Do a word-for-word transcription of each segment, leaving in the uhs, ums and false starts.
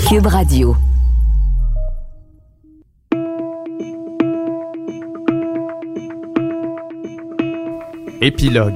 Cube Radio. Épilogue.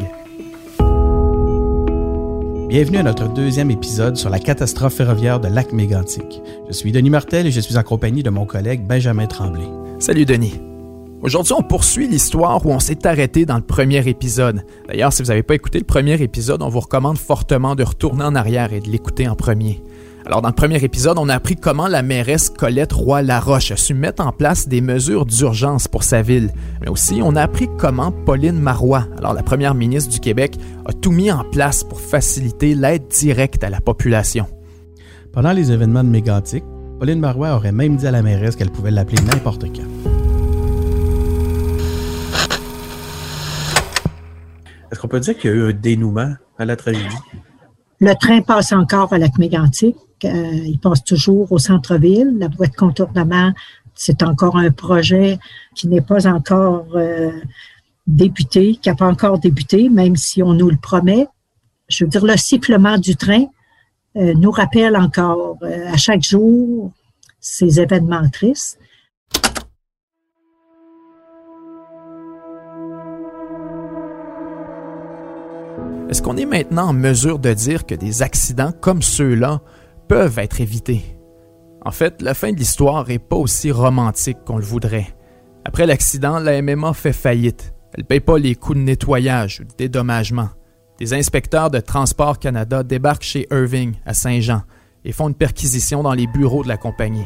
Bienvenue à notre deuxième épisode sur la catastrophe ferroviaire de Lac-Mégantic. Je suis Denis Martel et je suis en compagnie de mon collègue Benjamin Tremblay. Salut Denis. Aujourd'hui, on poursuit l'histoire où on s'est arrêté dans le premier épisode. D'ailleurs, si vous n'avez pas écouté le premier épisode, on vous recommande fortement de retourner en arrière et de l'écouter en premier. Alors, dans le premier épisode, on a appris comment la mairesse Colette Roy-Laroche a su mettre en place des mesures d'urgence pour sa ville. Mais aussi, on a appris comment Pauline Marois, alors la première ministre du Québec, a tout mis en place pour faciliter l'aide directe à la population. Pendant les événements de Mégantic, Pauline Marois aurait même dit à la mairesse qu'elle pouvait l'appeler n'importe quand. Est-ce qu'on peut dire qu'il y a eu un dénouement à la tragédie? Le train passe encore à Lac-Mégantic. Euh, il passe toujours au centre-ville. La voie de contournement, c'est encore un projet qui n'est pas encore euh, débuté, qui n'a pas encore débuté, même si on nous le promet. Je veux dire, le sifflement du train euh, nous rappelle encore euh, à chaque jour ces événements tristes. Est-ce qu'on est maintenant en mesure de dire que des accidents comme ceux-là peuvent être évités? En fait, la fin de l'histoire n'est pas aussi romantique qu'on le voudrait. Après l'accident, la M M A fait faillite. Elle ne paye pas les coûts de nettoyage ou de dédommagement. Des inspecteurs de Transport Canada débarquent chez Irving, à Saint-Jean, et font une perquisition dans les bureaux de la compagnie.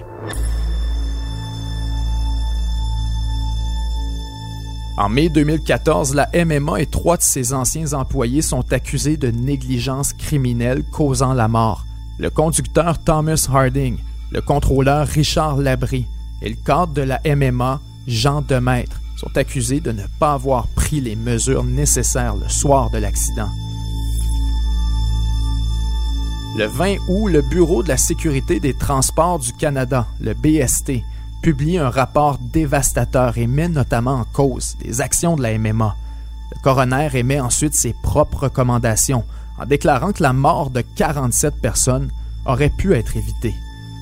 En mai deux mille quatorze, la M M A et trois de ses anciens employés sont accusés de négligence criminelle causant la mort. Le conducteur Thomas Harding, le contrôleur Richard Labrie et le cadre de la M M A, Jean Demaître, sont accusés de ne pas avoir pris les mesures nécessaires le soir de l'accident. Le vingt août, le Bureau de la sécurité des transports du Canada, le B S T, publie un rapport dévastateur et met notamment en cause les actions de la M M A. Le coroner émet ensuite ses propres recommandations en déclarant que la mort de quarante-sept personnes aurait pu être évitée.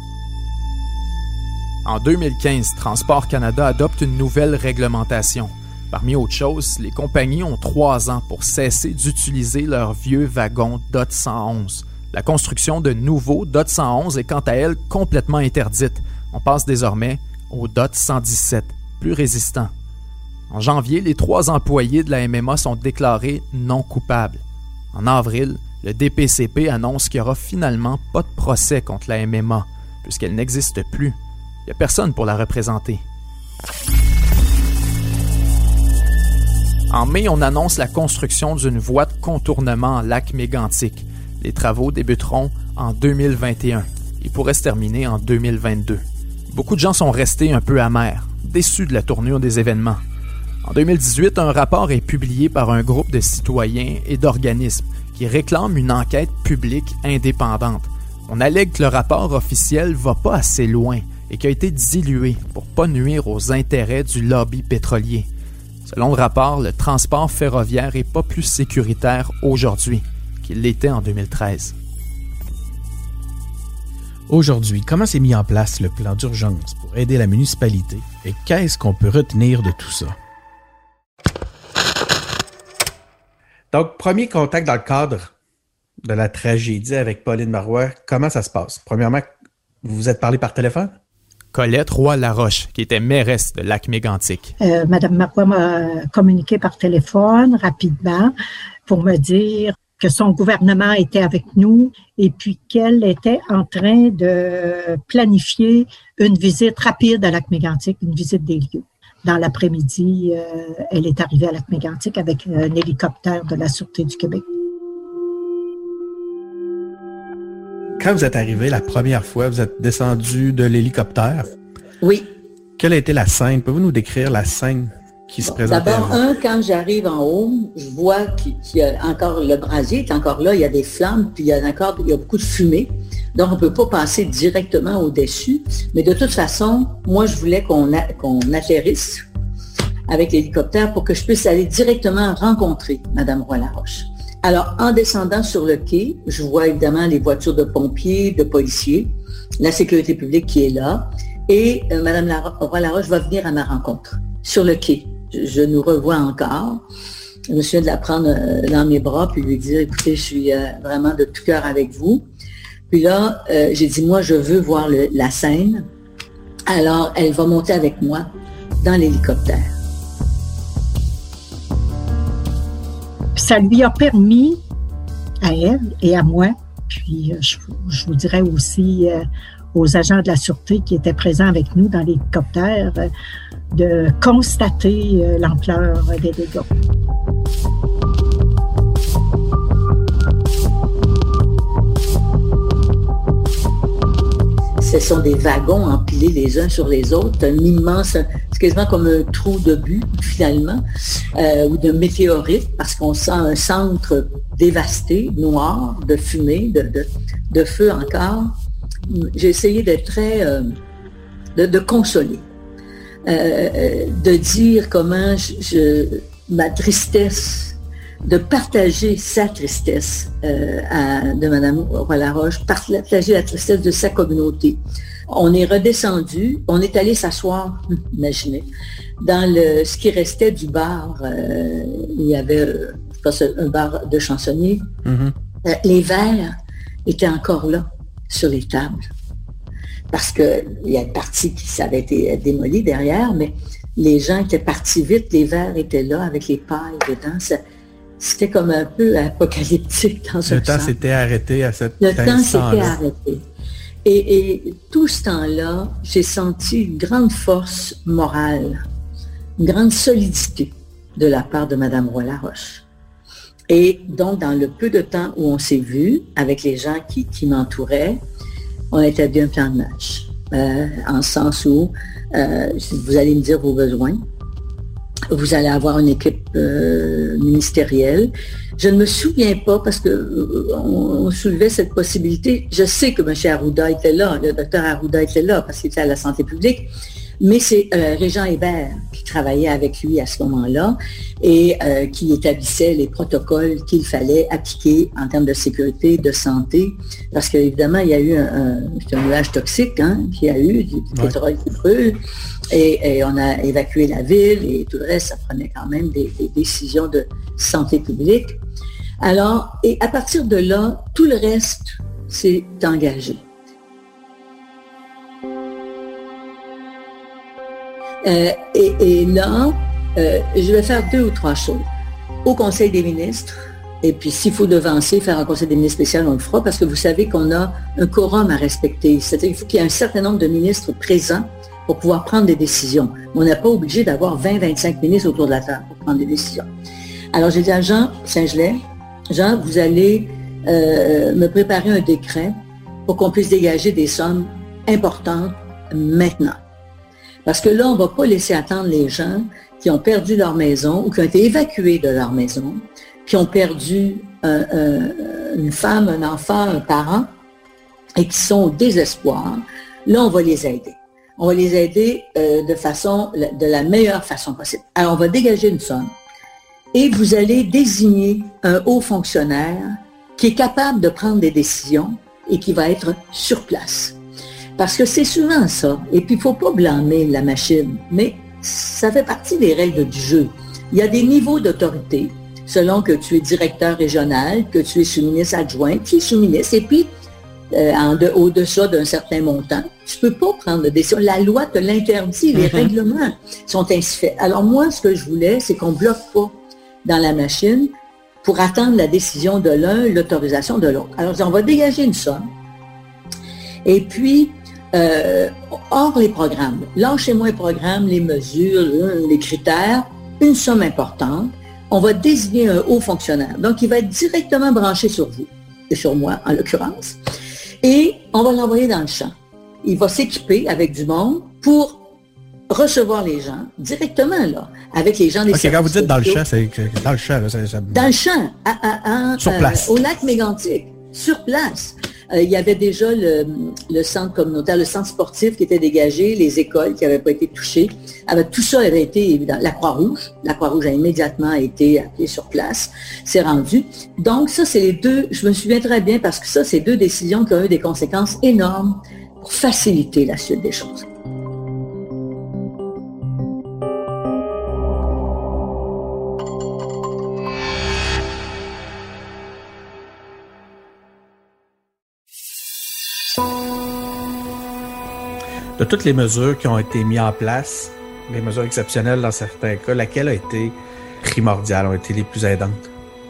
En deux mille quinze, Transport Canada adopte une nouvelle réglementation. Parmi autres choses, les compagnies ont trois ans pour cesser d'utiliser leurs vieux wagons D O T cent onze. La construction de nouveaux D O T cent onze est quant à elle complètement interdite. On passe désormais au D O T cent dix-sept, plus résistant. En janvier, les trois employés de la M M A sont déclarés non coupables. En avril, le D P C P annonce qu'il n'y aura finalement pas de procès contre la M M A, puisqu'elle n'existe plus. Il n'y a personne pour la représenter. En mai, on annonce la construction d'une voie de contournement en Lac-Mégantic. Les travaux débuteront en deux mille vingt et un et pourraient se terminer en deux mille vingt-deux. Beaucoup de gens sont restés un peu amers, déçus de la tournure des événements. En deux mille dix-huit, un rapport est publié par un groupe de citoyens et d'organismes qui réclament une enquête publique indépendante. On allègue que le rapport officiel va pas assez loin et qu'il a été dilué pour pas nuire aux intérêts du lobby pétrolier. Selon le rapport, le transport ferroviaire est pas plus sécuritaire aujourd'hui qu'il l'était en deux mille treize. Aujourd'hui, comment s'est mis en place le plan d'urgence pour aider la municipalité et qu'est-ce qu'on peut retenir de tout ça? Donc, premier contact dans le cadre de la tragédie avec Pauline Marois, comment ça se passe? Premièrement, vous vous êtes parlé par téléphone? Colette Roy-Laroche, qui était mairesse de Lac-Mégantic. Euh, Madame Marois m'a communiqué par téléphone rapidement pour me dire que son gouvernement était avec nous et puis qu'elle était en train de planifier une visite rapide à Lac-Mégantic, une visite des lieux. Dans l'après-midi, euh, elle est arrivée à Lac-Mégantic avec un hélicoptère de la Sûreté du Québec. Quand vous êtes arrivé la première fois, vous êtes descendu de l'hélicoptère. Oui. Quelle a été la scène? Pouvez-vous nous décrire la scène qui se présentait? D'abord, un, quand j'arrive en haut, je vois qu'il y a encore le brasier, qui est encore là, il y a des flammes, puis il y a encore il y a beaucoup de fumée. Donc, on ne peut pas passer directement au-dessus. Mais de toute façon, moi, je voulais qu'on, a, qu'on atterrisse avec l'hélicoptère pour que je puisse aller directement rencontrer Mme Roy-Laroche. Alors, en descendant sur le quai, je vois évidemment les voitures de pompiers, de policiers, la sécurité publique qui est là, et euh, Mme Roy-Laroche va venir à ma rencontre sur le quai. Je, je nous revois encore. Je me souviens de la prendre euh, dans mes bras puis lui dire, écoutez, je suis euh, vraiment de tout cœur avec vous. Puis là, euh, j'ai dit, moi, je veux voir le, la scène. Alors, elle va monter avec moi dans l'hélicoptère. Ça lui a permis, à elle et à moi, puis je, je vous dirais aussi euh, aux agents de la Sûreté qui étaient présents avec nous dans l'hélicoptère, euh, de constater euh, l'ampleur des dégâts. Ce sont des wagons empilés les uns sur les autres, un immense, c'est quasiment comme un trou de but finalement, euh, ou de météorite, parce qu'on sent un centre dévasté, noir, de fumée, de, de, de feu encore. J'ai essayé d'être très, euh, de, de consoler, euh, de dire comment je, je, ma tristesse, de partager sa tristesse euh, à, de Mme Roy-Laroche, partager la tristesse de sa communauté. On est redescendu, on est allé s'asseoir, imaginez, dans le, ce qui restait du bar. Euh, il y avait, je pense, un bar de chansonniers. Mm-hmm. Euh, les verres étaient encore là, sur les tables. Parce qu'il y a une partie qui ça avait été démolie derrière, mais les gens étaient partis vite, les verres étaient là avec les pailles dedans. Ça, C'était comme un peu apocalyptique dans ce Le temps s'était arrêté à cette Le temps s'était arrêté. Et, et tout ce temps-là, j'ai senti une grande force morale, une grande solidité de la part de Mme Roy-Laroche. Et donc, dans le peu de temps où on s'est vu, avec les gens qui, qui m'entouraient, on a établi un plan de match, euh, en sens où euh, vous allez me dire vos besoins. Vous allez avoir une équipe euh, ministérielle. Je ne me souviens pas parce que euh, on, on soulevait cette possibilité. Je sais que M. Arruda était là, le docteur Arruda était là parce qu'il était à la santé publique, mais c'est euh, Régent Hébert qui travaillait avec lui à ce moment-là et euh, qui établissait les protocoles qu'il fallait appliquer en termes de sécurité, de santé, parce qu'évidemment, il y a eu un, un, un nuage toxique hein, qu'il y a eu, du, du pétrole qui brûle. Et, et on a évacué la ville et tout le reste, ça prenait quand même des, des décisions de santé publique. Alors, et à partir de là, tout le reste s'est engagé. Euh, et, et là, euh, je vais faire deux ou trois choses. Au Conseil des ministres, et puis s'il faut devancer, faire un Conseil des ministres spécial, on le fera, parce que vous savez qu'on a un quorum à respecter. C'est-à-dire qu'il faut qu'il y ait un certain nombre de ministres présents pour pouvoir prendre des décisions. On n'est pas obligé d'avoir vingt à vingt-cinq ministres autour de la table pour prendre des décisions. Alors, j'ai dit à Jean Saint-Gelais, Jean, vous allez euh, me préparer un décret pour qu'on puisse dégager des sommes importantes maintenant. Parce que là, on ne va pas laisser attendre les gens qui ont perdu leur maison ou qui ont été évacués de leur maison, qui ont perdu un, un, une femme, un enfant, un parent et qui sont au désespoir. Là, on va les aider. On va les aider euh, de façon, de la meilleure façon possible. Alors, on va dégager une somme et vous allez désigner un haut fonctionnaire qui est capable de prendre des décisions et qui va être sur place. Parce que c'est souvent ça. Et puis, il ne faut pas blâmer la machine, mais ça fait partie des règles du jeu. Il y a des niveaux d'autorité, selon que tu es directeur régional, que tu es sous-ministre adjoint, tu es sous-ministre, et puis, euh, en de, au-deçà d'un certain montant, tu ne peux pas prendre de décision. La loi te l'interdit, les mm-hmm. règlements sont ainsi faits. Alors moi, ce que je voulais, c'est qu'on ne bloque pas dans la machine pour attendre la décision de l'un, l'autorisation de l'autre. Alors, on va dégager une somme. Et puis, euh, hors les programmes, lâchez-moi les programmes, les mesures, les critères, une somme importante, on va désigner un haut fonctionnaire. Donc, il va être directement branché sur vous, et sur moi en l'occurrence, et on va l'envoyer dans le champ. Il va s'équiper avec du monde pour recevoir les gens directement, là, avec les gens des services. OK, quand vous dites dans le champ, c'est dans le champ. Là, ça, ça... Dans le champ, à, à, à, sur place. Euh, au lac Mégantic, sur place. Euh, il y avait déjà le, le centre communautaire, le centre sportif qui était dégagé, les écoles qui n'avaient pas été touchées. Alors, tout ça avait été, évidemment, la Croix-Rouge. La Croix-Rouge a immédiatement été appelée sur place, s'est rendue. Donc, ça, c'est les deux, je me souviens très bien parce que ça, c'est deux décisions qui ont eu des conséquences énormes pour faciliter la suite des choses. De toutes les mesures qui ont été mises en place, les mesures exceptionnelles dans certains cas, laquelle a été primordiale, ont été les plus aidantes?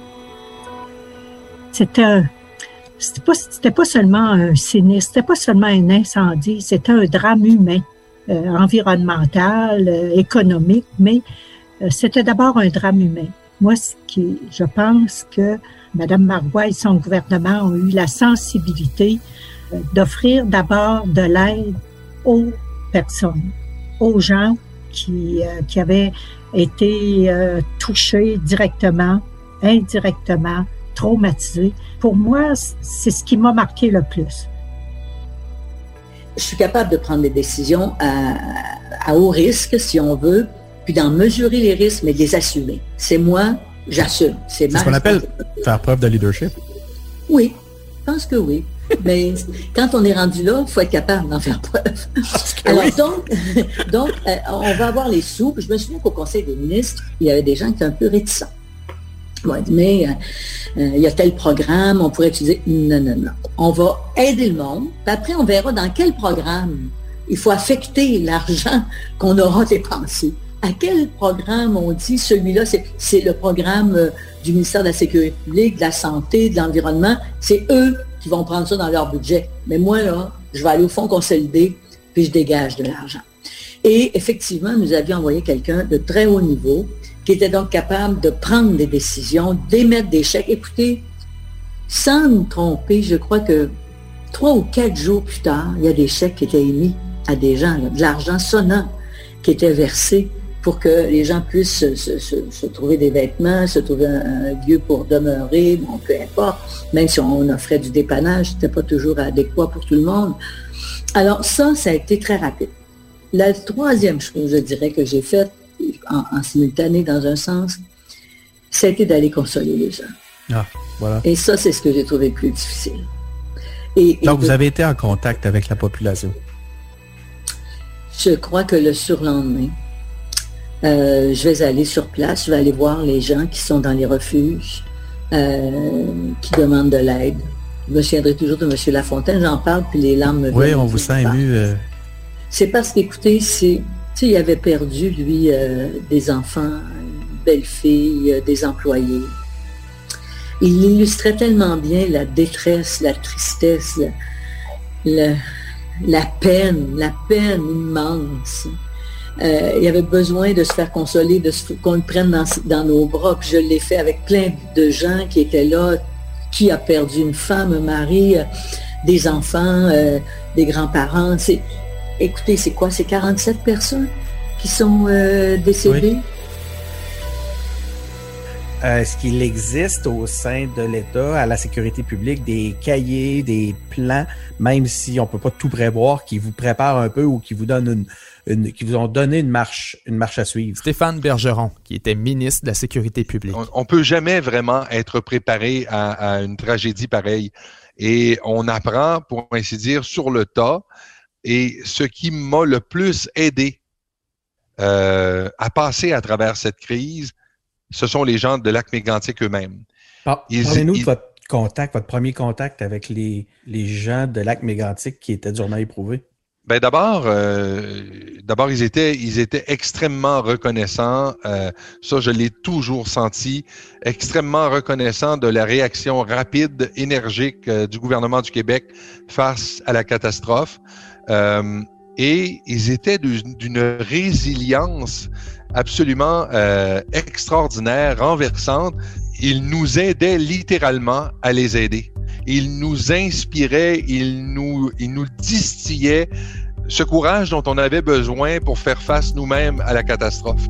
C'était, c'était pas, c'était pas seulement un sinistre, c'était pas seulement un incendie, c'était un drame humain, euh, environnemental, euh, économique, mais euh, c'était d'abord un drame humain. Moi, ce qui, je pense que Mme Marois et son gouvernement ont eu la sensibilité euh, d'offrir d'abord de l'aide aux personnes, aux gens qui, euh, qui avaient été euh, touchés directement, indirectement, traumatisés. Pour moi, c'est ce qui m'a marqué le plus. Je suis capable de prendre des décisions à, à haut risque, si on veut, puis d'en mesurer les risques, mais de les assumer. C'est moi, j'assume. C'est, c'est ce qu'on appelle faire preuve de leadership? Oui, je pense que oui. Mais quand on est rendu là, il faut être capable d'en faire preuve. Alors oui. donc, donc euh, on va avoir les sous. Je me souviens qu'au Conseil des ministres, il y avait des gens qui étaient un peu réticents. Ouais, mais euh, euh, il y a tel programme, on pourrait utiliser. Non, non, non. On va aider le monde. Puis après, on verra dans quel programme il faut affecter l'argent qu'on aura dépensé. À quel programme on dit celui-là, c'est, c'est le programme euh, du ministère de la Sécurité publique, de la Santé, de l'Environnement. C'est eux qui vont prendre ça dans leur budget. Mais moi, là, je vais aller au fonds consolidé, puis je dégage de l'argent. Et effectivement, nous avions envoyé quelqu'un de très haut niveau qui était donc capable de prendre des décisions, d'émettre des chèques. Écoutez, sans nous tromper, je crois que trois ou quatre jours plus tard, il y a des chèques qui étaient émis à des gens, là, de l'argent sonnant qui était versé pour que les gens puissent se, se, se, se trouver des vêtements, se trouver un, un lieu pour demeurer, bon, peu importe. Même si on offrait du dépannage, c'était pas toujours adéquat pour tout le monde. Alors ça, ça a été très rapide. La troisième chose, je dirais, que j'ai faite en, en simultané dans un sens, ça a été d'aller consoler les gens. Ah, voilà. Et ça, c'est ce que j'ai trouvé le plus difficile. Et, Donc, et vous avez été en contact avec la population? Je crois que le surlendemain, euh, je vais aller sur place, je vais aller voir les gens qui sont dans les refuges, euh, qui demandent de l'aide. Je me souviendrai toujours de M. Lafontaine, j'en parle, puis les larmes me viennent. Oui, on vous sent ému. Euh... C'est parce qu'écoutez, c'est, tu sais, il avait perdu, lui, euh, des enfants, une belle-fille, euh, des employés. Il illustrait tellement bien la détresse, la tristesse, la, la, la peine, la peine immense. Euh, il avait besoin de se faire consoler, de se, qu'on le prenne dans, dans nos bras. Puis je l'ai fait avec plein de gens qui étaient là. Qui a perdu une femme, un mari, euh, des enfants, euh, des grands-parents. C'est, écoutez, c'est quoi? C'est quarante-sept personnes qui sont euh, décédées? Oui. Euh, est-ce qu'il existe au sein de l'État, à la sécurité publique, des cahiers, des plans, même si on peut pas tout prévoir, qui vous préparent un peu ou qui vous donnent une, une qui vous ont donné une marche, une marche à suivre? Stéphane Bergeron, qui était ministre de la Sécurité publique. On, on peut jamais vraiment être préparé à, à une tragédie pareille. Et on apprend, pour ainsi dire, sur le tas. Et ce qui m'a le plus aidé euh, à passer à travers cette crise, ce sont les gens de Lac-Mégantic eux-mêmes. Ah, ils, parlez-nous ils, de votre contact, votre premier contact avec les, les gens de Lac-Mégantic qui étaient durement éprouvés. Ben d'abord, euh, d'abord ils étaient, ils étaient extrêmement reconnaissants. Euh, ça, je l'ai toujours senti, extrêmement reconnaissants de la réaction rapide, énergique euh, du gouvernement du Québec face à la catastrophe. Euh, et ils étaient d'une résilience absolument euh, extraordinaire, renversante. Ils nous aidaient littéralement à les aider. Ils nous inspiraient, ils nous, ils nous distillaient ce courage dont on avait besoin pour faire face nous-mêmes à la catastrophe.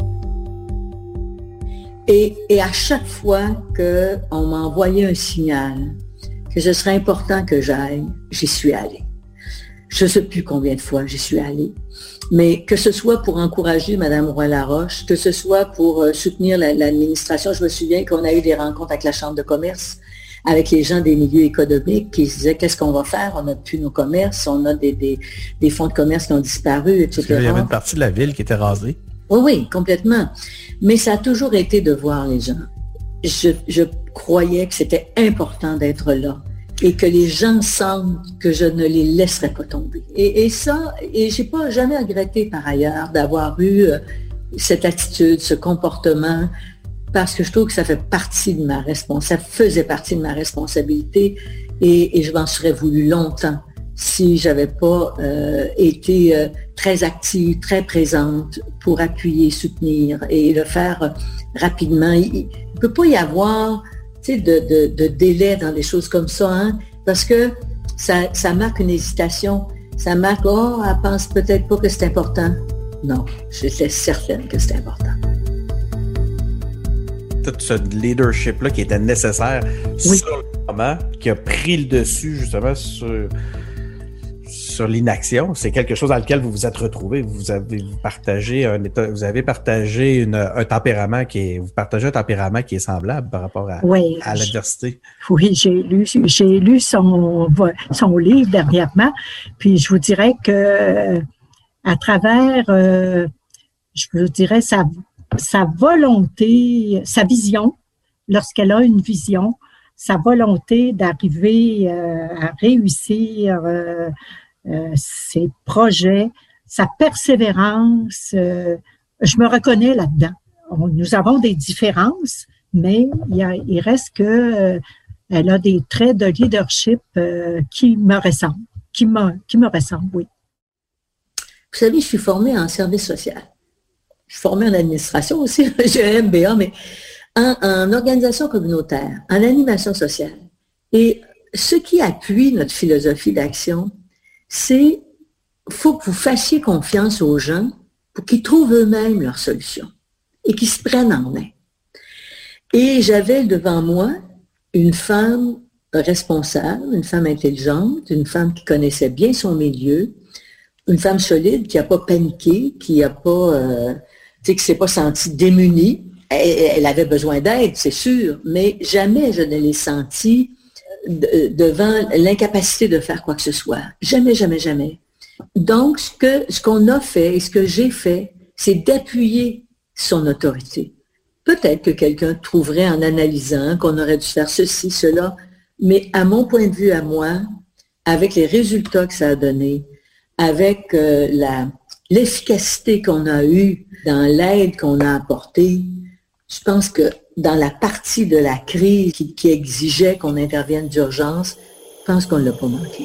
Et, et à chaque fois qu'on m'envoyait un signal que ce serait important que j'aille, j'y suis allée. Je ne sais plus combien de fois j'y suis allée, mais que ce soit pour encourager Mme Roy-Laroche, que ce soit pour euh, soutenir la, l'administration. Je me souviens qu'on a eu des rencontres avec la Chambre de commerce, avec les gens des milieux économiques qui se disaient qu'est-ce qu'on va faire, on n'a plus nos commerces, on a des, des, des fonds de commerce qui ont disparu, et cetera. Il y avait une partie de la ville qui était rasée. Oui, oui, complètement. Mais ça a toujours été de voir les gens. Je, je croyais que c'était important d'être là et que les gens sentent que je ne les laisserai pas tomber. Et, et ça, et j'ai pas jamais regretté par ailleurs d'avoir eu cette attitude, ce comportement, parce que je trouve que ça fait partie de ma responsabilité, ça faisait partie de ma responsabilité et, et je m'en serais voulu longtemps si j'avais pas euh, été euh, très active, très présente pour appuyer, soutenir et le faire rapidement. Il ne peut pas y avoir tu sais, de, de, de délai dans des choses comme ça, hein, parce que ça, ça marque une hésitation. Ça marque, oh, elle pense peut-être pas que c'est important. Non, j'étais certaine que c'était important. Tout ce leadership-là qui était nécessaire oui. sur le moment, qui a pris le dessus justement sur, sur l'inaction, c'est quelque chose dans lequel vous vous êtes retrouvé. Vous avez vous partagé un état, vous avez partagé une, un tempérament qui est, vous partagez un tempérament qui est semblable par rapport à, oui, à l'adversité. Oui, j'ai lu, j'ai lu son, son livre dernièrement, puis je vous dirais que à travers, euh, je vous dirais sa sa volonté, sa vision, lorsqu'elle a une vision, sa volonté d'arriver euh, à réussir euh, euh, ses projets, sa persévérance, euh, je me reconnais là-dedans. On, nous avons des différences, mais il, y a, il reste que euh, elle a des traits de leadership euh, qui me ressemblent, qui me, qui me ressemblent, oui. Vous savez, je suis formée en service social. Je suis formée en administration aussi, j'ai un M B A, mais en, en organisation communautaire, en animation sociale. Et ce qui appuie notre philosophie d'action, c'est qu'il faut que vous fassiez confiance aux gens pour qu'ils trouvent eux-mêmes leurs solutions et qu'ils se prennent en main. Et j'avais devant moi une femme responsable, une femme intelligente, une femme qui connaissait bien son milieu, une femme solide qui n'a pas paniqué, qui n'a pas... Euh, tu sais, qui ne s'est pas sentie démunie. Elle, elle avait besoin d'aide, c'est sûr, mais jamais je ne l'ai sentie de, devant l'incapacité de faire quoi que ce soit. Jamais, jamais, jamais. Donc, ce que, ce qu'on a fait et ce que j'ai fait, c'est d'appuyer son autorité. Peut-être que quelqu'un trouverait en analysant qu'on aurait dû faire ceci, cela, mais à mon point de vue, à moi, avec les résultats que ça a donné, avec euh, la... l'efficacité qu'on a eue dans l'aide qu'on a apportée, je pense que dans la partie de la crise qui, qui exigeait qu'on intervienne d'urgence, je pense qu'on ne l'a pas manqué.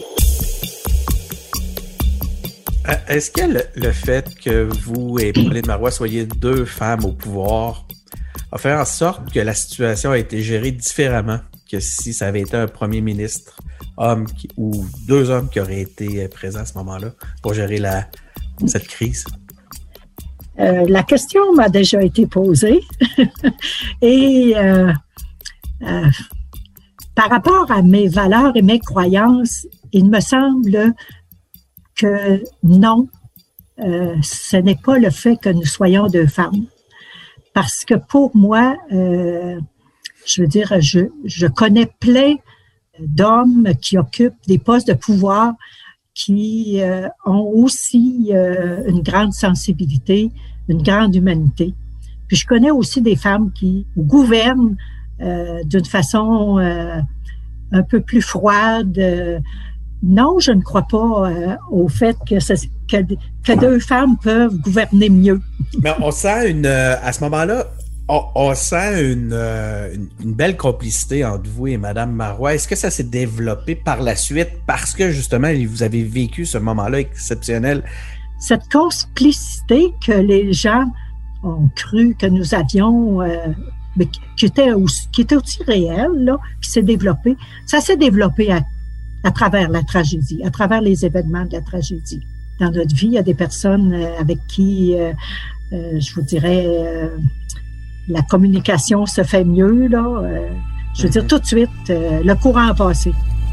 Est-ce que le, le fait que vous et Pauline Marois soyez deux femmes au pouvoir a fait en sorte que la situation a été gérée différemment que si ça avait été un premier ministre homme qui, ou deux hommes qui auraient été présents à ce moment-là pour gérer la cette crise? Euh, la question m'a déjà été posée et euh, euh, par rapport à mes valeurs et mes croyances, il me semble que non, euh, ce n'est pas le fait que nous soyons deux femmes. Parce que pour moi, euh, je veux dire, je, je connais plein d'hommes qui occupent des postes de pouvoir qui euh, ont aussi euh, une grande sensibilité, une grande humanité. Puis je connais aussi des femmes qui gouvernent euh, d'une façon euh, un peu plus froide. Euh, non, je ne crois pas euh, au fait que, ce, que, que deux femmes peuvent gouverner mieux. Mais on sent une, à ce moment-là, on, on sent une, une, une belle complicité entre vous et Mme Marois. Est-ce que ça s'est développé par la suite parce que, justement, vous avez vécu ce moment-là exceptionnel? Cette complicité que les gens ont cru que nous avions, euh, mais qui était aussi, qui était aussi réelle, là, qui s'est développée, ça s'est développé à, à travers la tragédie, à travers les événements de la tragédie. Dans notre vie, il y a des personnes avec qui, euh, euh, je vous dirais... Euh, la communication se fait mieux, là. Euh, je veux dire, tout de suite, euh, le courant a passé.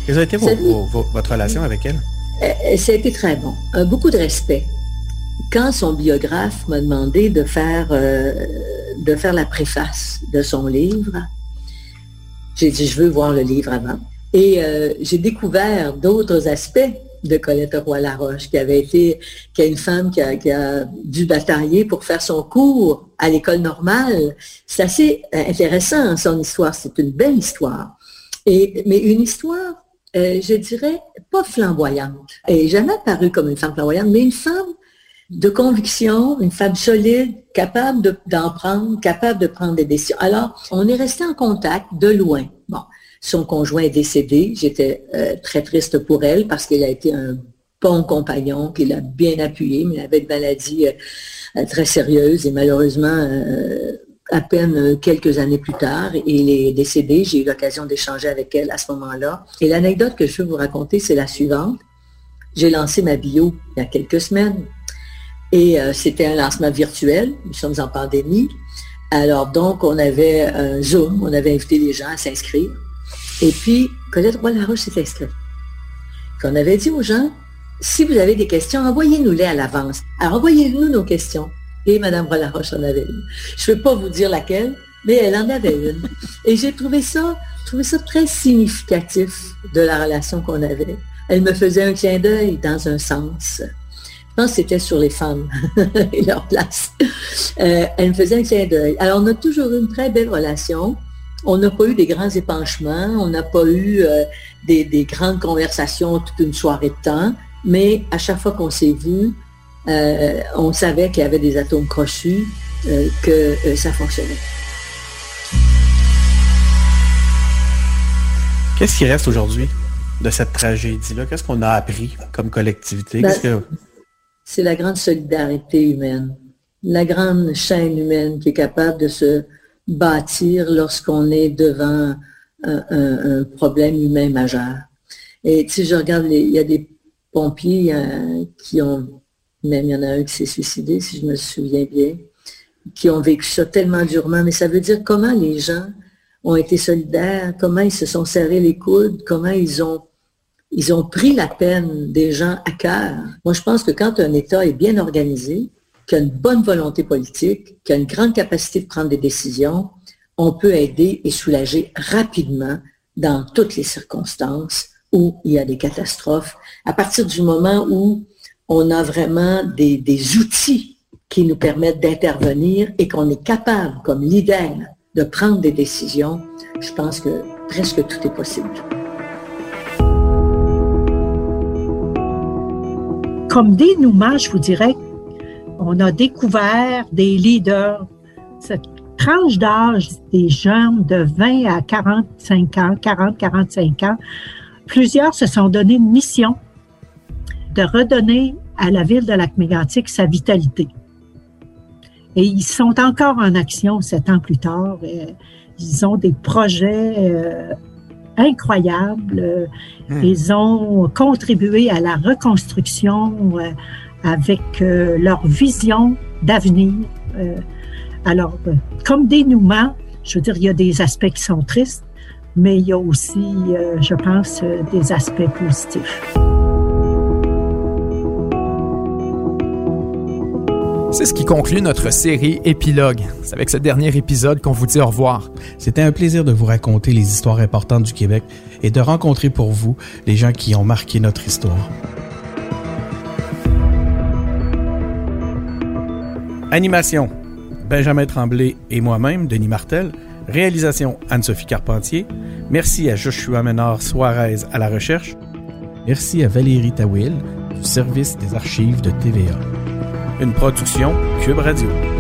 Quelles ont été vos, vos, vos, votre relation avec elle? Euh, ça a été très bon. Euh, beaucoup de respect. Quand son biographe m'a demandé de faire, euh, de faire la préface de son livre, j'ai dit, je veux voir le livre avant. Et euh, j'ai découvert d'autres aspects de Colette Roy-Laroche, qui avait été, qui est une femme qui a, qui a dû batailler pour faire son cours à l'école normale. C'est assez intéressant, son histoire. C'est une belle histoire. Et, mais une histoire, euh, je dirais, pas flamboyante. Elle n'est jamais apparue comme une femme flamboyante, mais une femme de conviction, une femme solide, capable de, d'en prendre, capable de prendre des décisions. Alors, on est resté en contact de loin. Bon. Son conjoint est décédé. J'étais euh, très triste pour elle parce qu'il a été un bon compagnon, qu'il a bien appuyé, mais il avait une maladie euh, très sérieuse et malheureusement, euh, à peine quelques années plus tard, il est décédé. J'ai eu l'occasion d'échanger avec elle à ce moment-là. Et l'anecdote que je veux vous raconter, c'est la suivante. J'ai lancé ma bio il y a quelques semaines et euh, c'était un lancement virtuel. Nous sommes en pandémie. Alors donc, on avait un Zoom, on avait invité les gens à s'inscrire. Et puis, Colette Roy-Laroche s'est inscrite. Puis on avait dit aux gens, si vous avez des questions, envoyez-nous-les à l'avance. Alors, envoyez-nous nos questions. Et Mme Roy-Laroche en avait une. Je ne vais pas vous dire laquelle, mais elle en avait une. Et j'ai trouvé ça, trouvé ça très significatif de la relation qu'on avait. Elle me faisait un clin d'œil dans un sens. Je pense que c'était sur les femmes et leur place. Euh, elle me faisait un clin d'œil. Alors, on a toujours eu une très belle relation. On n'a pas eu des grands épanchements, on n'a pas eu euh, des, des grandes conversations toute une soirée de temps, mais à chaque fois qu'on s'est vu, euh, on savait qu'il y avait des atomes crochus, euh, que euh, ça fonctionnait. Qu'est-ce qui reste aujourd'hui de cette tragédie-là? Qu'est-ce qu'on a appris comme collectivité? Ben, Qu'est-ce que... C'est la grande solidarité humaine, la grande chaîne humaine qui est capable de se bâtir lorsqu'on est devant un, un, un problème humain majeur. Et tu sais, je regarde, les, il y a des pompiers euh, qui ont, même il y en a un qui s'est suicidé, si je me souviens bien, qui ont vécu ça tellement durement, mais ça veut dire comment les gens ont été solidaires, comment ils se sont serrés les coudes, comment ils ont, ils ont pris la peine des gens à cœur. Moi, je pense que quand un État est bien organisé, qui a une bonne volonté politique, qui a une grande capacité de prendre des décisions, on peut aider et soulager rapidement dans toutes les circonstances où il y a des catastrophes. À partir du moment où on a vraiment des, des outils qui nous permettent d'intervenir et qu'on est capable, comme leader, de prendre des décisions, je pense que presque tout est possible. Comme dénouement, je vous dirais, on a découvert des leaders, cette tranche d'âge des jeunes de vingt à quarante-cinq ans, quarante à quarante-cinq ans. Plusieurs se sont donné une mission de redonner à la ville de Lac-Mégantic sa vitalité. Et ils sont encore en action sept ans plus tard. Ils ont des projets euh, incroyables. Mmh. Ils ont contribué à la reconstruction euh, avec euh, leur vision d'avenir. Euh, alors, euh, comme dénouement, je veux dire, il y a des aspects qui sont tristes, mais il y a aussi, euh, je pense, euh, des aspects positifs. C'est ce qui conclut notre série Épilogue. C'est avec ce dernier épisode qu'on vous dit au revoir. C'était un plaisir de vous raconter les histoires importantes du Québec et de rencontrer pour vous les gens qui ont marqué notre histoire. Animation, Benjamin Tremblay et moi-même, Denis Martel. Réalisation, Anne-Sophie Carpentier. Merci à Joshua Ménard-Suarez à la recherche. Merci à Valérie Tawil du service des archives de T V A. Une production Cube Radio.